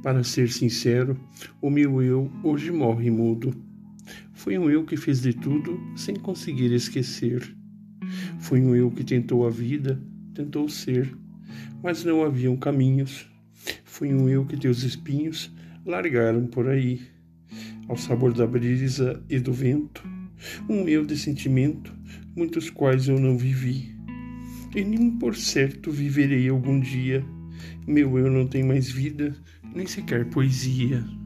Para ser sincero, o meu eu hoje morre mudo. Foi um eu que fez de tudo sem conseguir esquecer. Foi um eu que tentou a vida, tentou ser, mas não haviam caminhos. Foi um eu que teus espinhos largaram por aí, ao sabor da brisa e do vento. Um eu de sentimento, muitos quais eu não vivi. E nem por certo viverei algum dia. Meu eu não tem mais vida, nem sequer poesia.